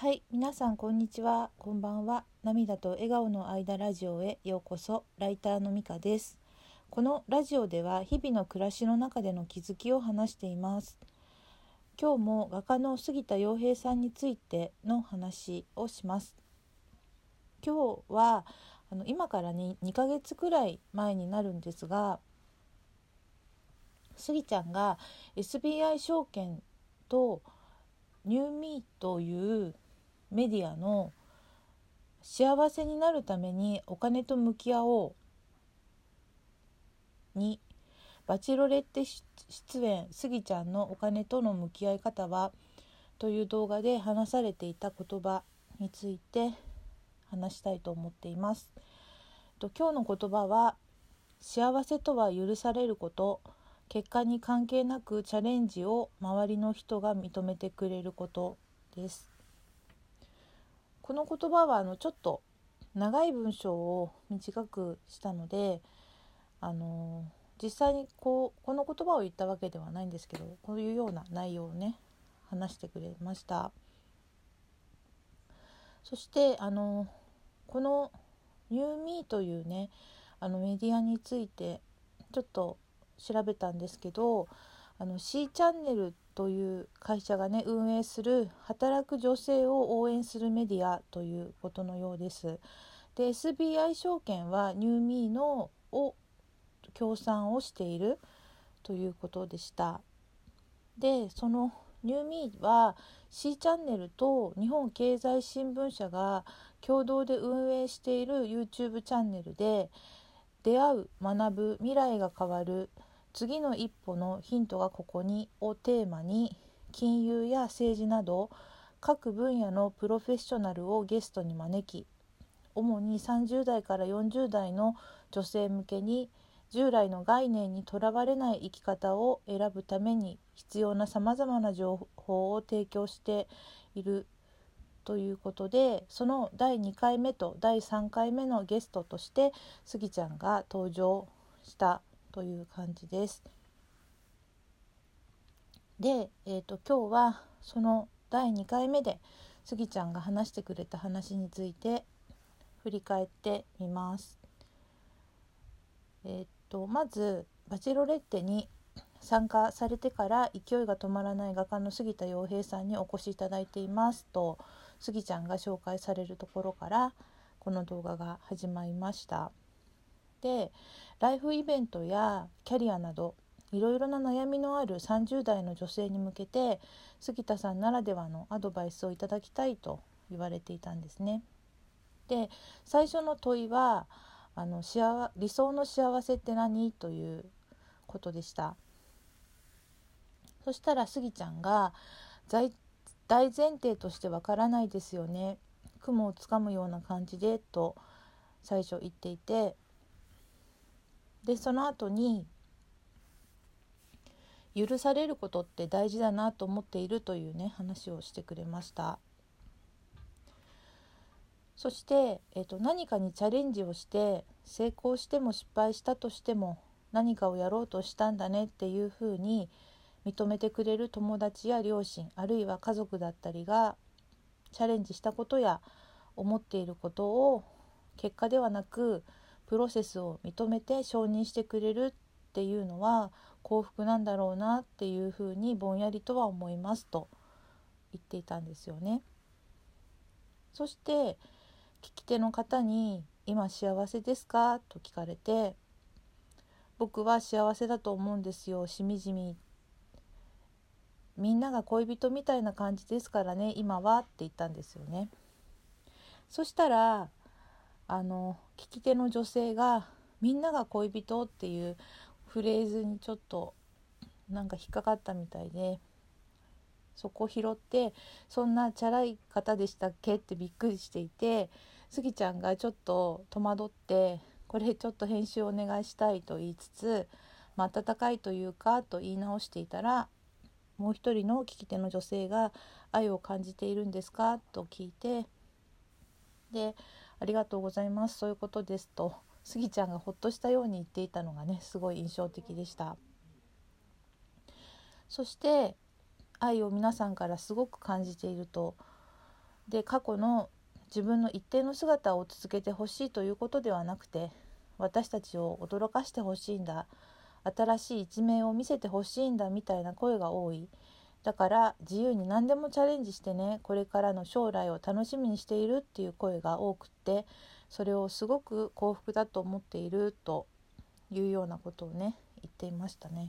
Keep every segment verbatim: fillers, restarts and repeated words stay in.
はい、皆さんこんにちは、こんばんは。涙と笑顔の間ラジオへようこそ。ライターのみかです。このラジオでは日々の暮らしの中での気づきを話しています。今日も画家の杉田洋平さんについての話をします。今日はあの今からににかげつくらい前になるんですが、杉ちゃんが エスビーアイ 証券とニューミーというメディアの幸せになるためにお金と向き合おうにバチロレッテ出演スギちゃんのお金との向き合い方はという動画で話されていた言葉について話したいと思っています。と今日の言葉は、幸せとは許されること、結果に関係なくチャレンジを周りの人が認めてくれることです。この言葉はあのちょっと長い文章を短くしたので、あの実際にこうこの言葉を言ったわけではないんですけど、こういうような内容をね話してくれました。そしてあのこのニューミーというねあのメディアについてちょっと調べたんですけど、あの C チャンネルという会社がね運営する働く女性を応援するメディアということのようです。で エスビーアイ 証券はニューミーのを協賛をしているということでした。でそのニューミーは C チャンネルと日本経済新聞社が共同で運営している YouTube チャンネルで、出会う、学ぶ、未来が変わる、次の一歩のヒントがここにをテーマに、金融や政治など各分野のプロフェッショナルをゲストに招き、主にさんじゅう代からよんじゅう代の女性向けに従来の概念にとらわれない生き方を選ぶために必要なさまざまな情報を提供しているということで、そのだいにかいめとだいさんかいめのゲストとしてスギちゃんが登場したという感じです。で、えーと、今日はそのだいにかいめでスギちゃんが話してくれた話について振り返ってみます。えー、とまずバチェロレッテに参加されてから勢いが止まらない画家の杉田洋平さんにお越しいただいていますと杉ちゃんが紹介されるところからこの動画が始まりました。でライフイベントやキャリアなどいろいろな悩みのあるさんじゅう代の女性に向けて杉田さんならではのアドバイスをいただきたいと言われていたんですね。で最初の問いはあの幸理想の幸せって何ということでした。そしたらスギちゃんが大前提としてわからないですよね、雲をつかむような感じでと最初言っていて、でその後に許されることって大事だなと思っているというね話をしてくれました。そして、えーと、何かにチャレンジをして成功しても失敗したとしても何かをやろうとしたんだねっていうふうに認めてくれる友達や両親あるいは家族だったりがチャレンジしたことや思っていることを結果ではなくプロセスを認めて承認してくれるっていうのは幸福なんだろうなっていうふうにぼんやりとは思いますと言っていたんですよね。そして聞き手の方に今幸せですかと聞かれて、僕は幸せだと思うんですよ、しみじみ、みんなが恋人みたいな感じですからね今はって言ったんですよね。そしたらあの聞き手の女性がみんなが恋人っていうフレーズにちょっとなんか引っかかったみたいで、そこを拾ってそんなチャラい方でしたっけってびっくりしていて、スギちゃんがちょっと戸惑ってこれちょっと編集お願いしたいと言いつつ、まあ、温かいというかと言い直していたら、もう一人の聞き手の女性が愛を感じているんですかと聞いて、でありがとうございます、そういうことですとスギちゃんがほっとしたように言っていたのがねすごい印象的でした。そして愛を皆さんからすごく感じているとで過去の自分の一定の姿を続けてほしいということではなくて、私たちを驚かしてほしいんだ、新しい一面を見せてほしいんだみたいな声が多い。だから自由に何でもチャレンジしてね、これからの将来を楽しみにしているっていう声が多くって、それをすごく幸福だと思っているというようなことをね言っていましたね。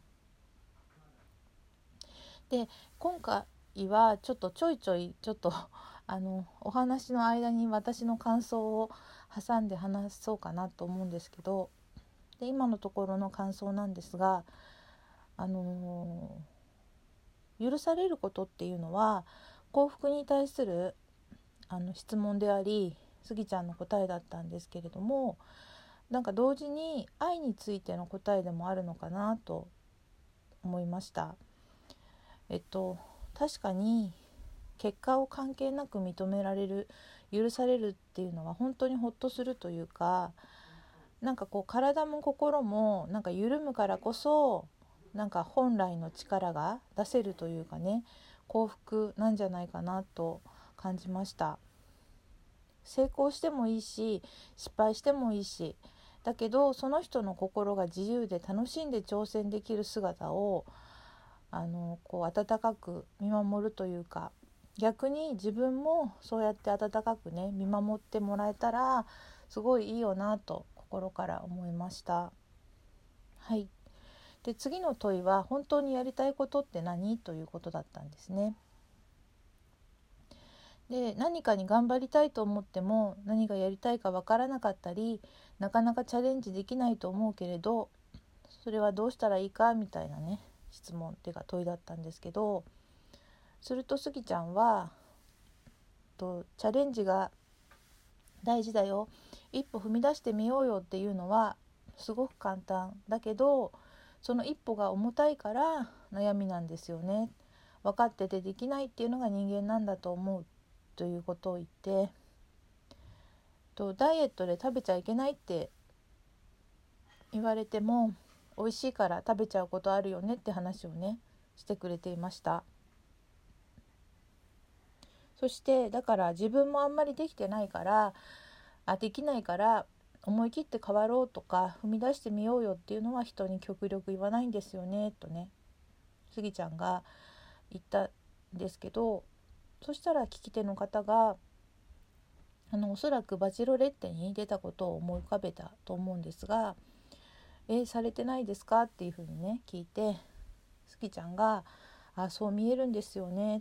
で今回はちょっとちょいちょいちょっとあのお話の間に私の感想を挟んで話そうかなと思うんですけど、で今のところの感想なんですが、あのー、許されることっていうのは幸福に対するあの質問であり、スギちゃんの答えだったんですけれども、なんか同時に愛についての答えでもあるのかなと思いました。えっと確かに結果を関係なく認められる、許されるっていうのは本当にほっとするというか、なんかこう体も心もなんか緩むからこそ、なんか本来の力が出せるというかね、幸福なんじゃないかなと感じました。成功してもいいし失敗してもいいし、だけどその人の心が自由で楽しんで挑戦できる姿をあのこう温かく見守るというか、逆に自分もそうやって温かくね見守ってもらえたらすごいいいよなと心から思いました。はい。で次の問いは本当にやりたいことって何ということだったんですね。で何かに頑張りたいと思っても何がやりたいかわからなかったり、なかなかチャレンジできないと思うけれど、それはどうしたらいいかみたいなね質問っていうか問いだったんですけど、するとスギちゃんはとチャレンジが大事だよ、一歩踏み出してみようよっていうのはすごく簡単だけど、その一歩が重たいから悩みなんですよね。分かっててできないっていうのが人間なんだと思うということを言って、とダイエットで食べちゃいけないって言われても美味しいから食べちゃうことあるよねって話をねしてくれていました。そしてだから自分もあんまりできてないからあできないから思い切って変わろうとか踏み出してみようよっていうのは人に極力言わないんですよねとねスギちゃんが言ったんですけど、そしたら聞き手の方があのおそらくバチロレッテに出たことを思い浮かべたと思うんですが、えされてないですかっていうふうにね聞いて、スギちゃんがあそう見えるんですよね、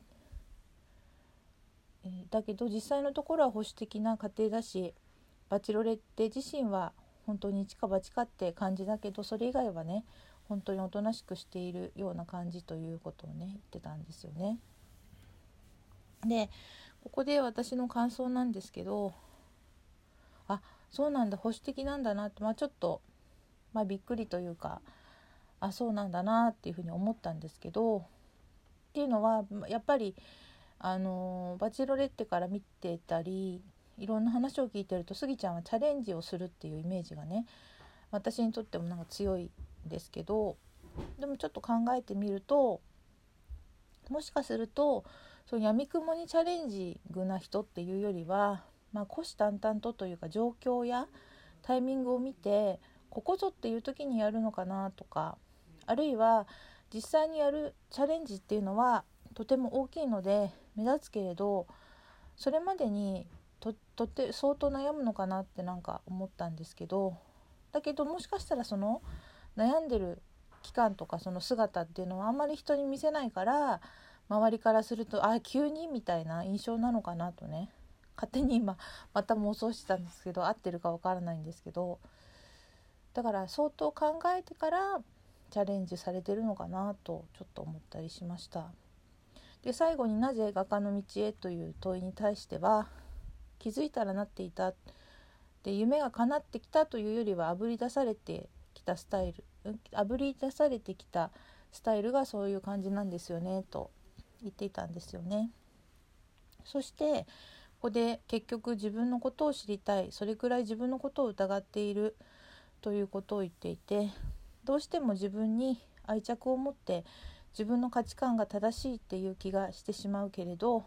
えー、だけど実際のところは保守的な家庭だし、バチロレッテ自身は本当に一か八かって感じだけど、それ以外はね本当におとなしくしているような感じということをね言ってたんですよね。でここで私の感想なんですけど、あそうなんだ保守的なんだなって、まあ、ちょっと、まあ、びっくりというか、あそうなんだなっていうふうに思ったんですけど、っていうのはやっぱりあのバチロレッテから見てたりいろんな話を聞いてると、スギちゃんはチャレンジをするっていうイメージがね私にとってもなんか強いんですけど、でもちょっと考えてみると、もしかするとその闇雲にチャレンジングな人っていうよりは、まあ、虎視眈々とというか状況やタイミングを見てここぞっていう時にやるのかなとか、あるいは実際にやるチャレンジっていうのはとても大きいので目立つけれど、それまでにととって相当悩むのかなってなんか思ったんですけど、だけどもしかしたらその悩んでる期間とかその姿っていうのはあんまり人に見せないから、周りからするとあ急にみたいな印象なのかなとね勝手に今また妄想してたんですけど、合ってるかわからないんですけど、だから相当考えてからチャレンジされてるのかなとちょっと思ったりしました。で最後になぜ画家の道へという問いに対しては、気づいたらなっていたで、夢が叶ってきたというよりはあぶり出されてきたスタイルあぶり出されてきたスタイルがそういう感じなんですよねと言っていたんですよね。そしてここで結局自分のことを知りたい、それくらい自分のことを疑っているということを言っていて、どうしても自分に愛着を持って自分の価値観が正しいっていう気がしてしまうけれど、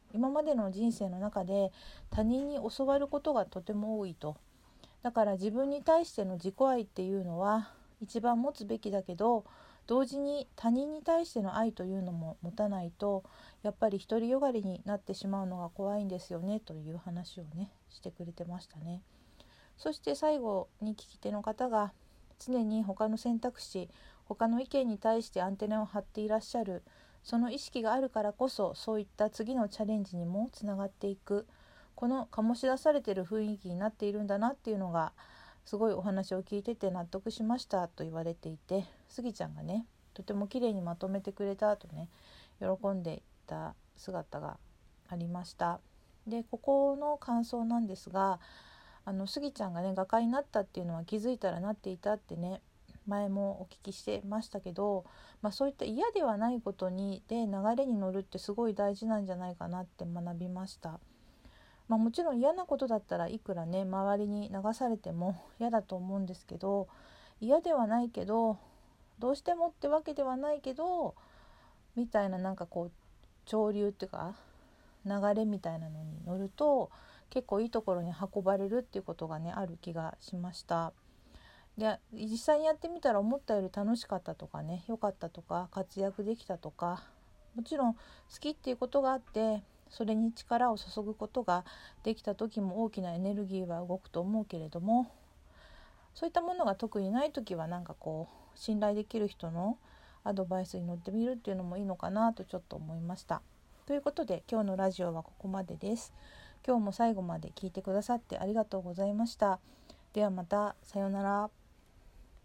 今までの人生の中で他人に教わることがとても多いと。だから自分に対しての自己愛っていうのは一番持つべきだけど、同時に他人に対しての愛というのも持たないと、やっぱり独りよがりになってしまうのが怖いんですよねという話をねしてくれてましたね。そして最後に聞き手の方が、常に他の選択肢、他の意見に対してアンテナを張っていらっしゃる、その意識があるからこそ、そういった次のチャレンジにもつながっていく、この醸し出されている雰囲気になっているんだなっていうのが、すごいお話を聞いてて納得しましたと言われていて、スギちゃんがねとても綺麗にまとめてくれたとね喜んでいた姿がありました。でここの感想なんですが、あのスギちゃんがね画家になったっていうのは気づいたらなっていたってね前もお聞きしてましたけど、まあ、そういった嫌ではないことにで流れに乗るってすごい大事なんじゃないかなって学びました。まあ、もちろん嫌なことだったらいくらね周りに流されても嫌だと思うんですけど、嫌ではないけどどうしてもってわけではないけどみたいな、なんかこう潮流っていうか流れみたいなのに乗ると結構いいところに運ばれるっていうことがねある気がしました。で実際にやってみたら思ったより楽しかったとかね、良かったとか、活躍できたとか、もちろん好きっていうことがあってそれに力を注ぐことができた時も大きなエネルギーは動くと思うけれども、そういったものが特にない時はなんかこう信頼できる人のアドバイスに乗ってみるっていうのもいいのかなとちょっと思いました。ということで今日のラジオはここまでです。今日も最後まで聞いてくださってありがとうございました。ではまた、さようなら。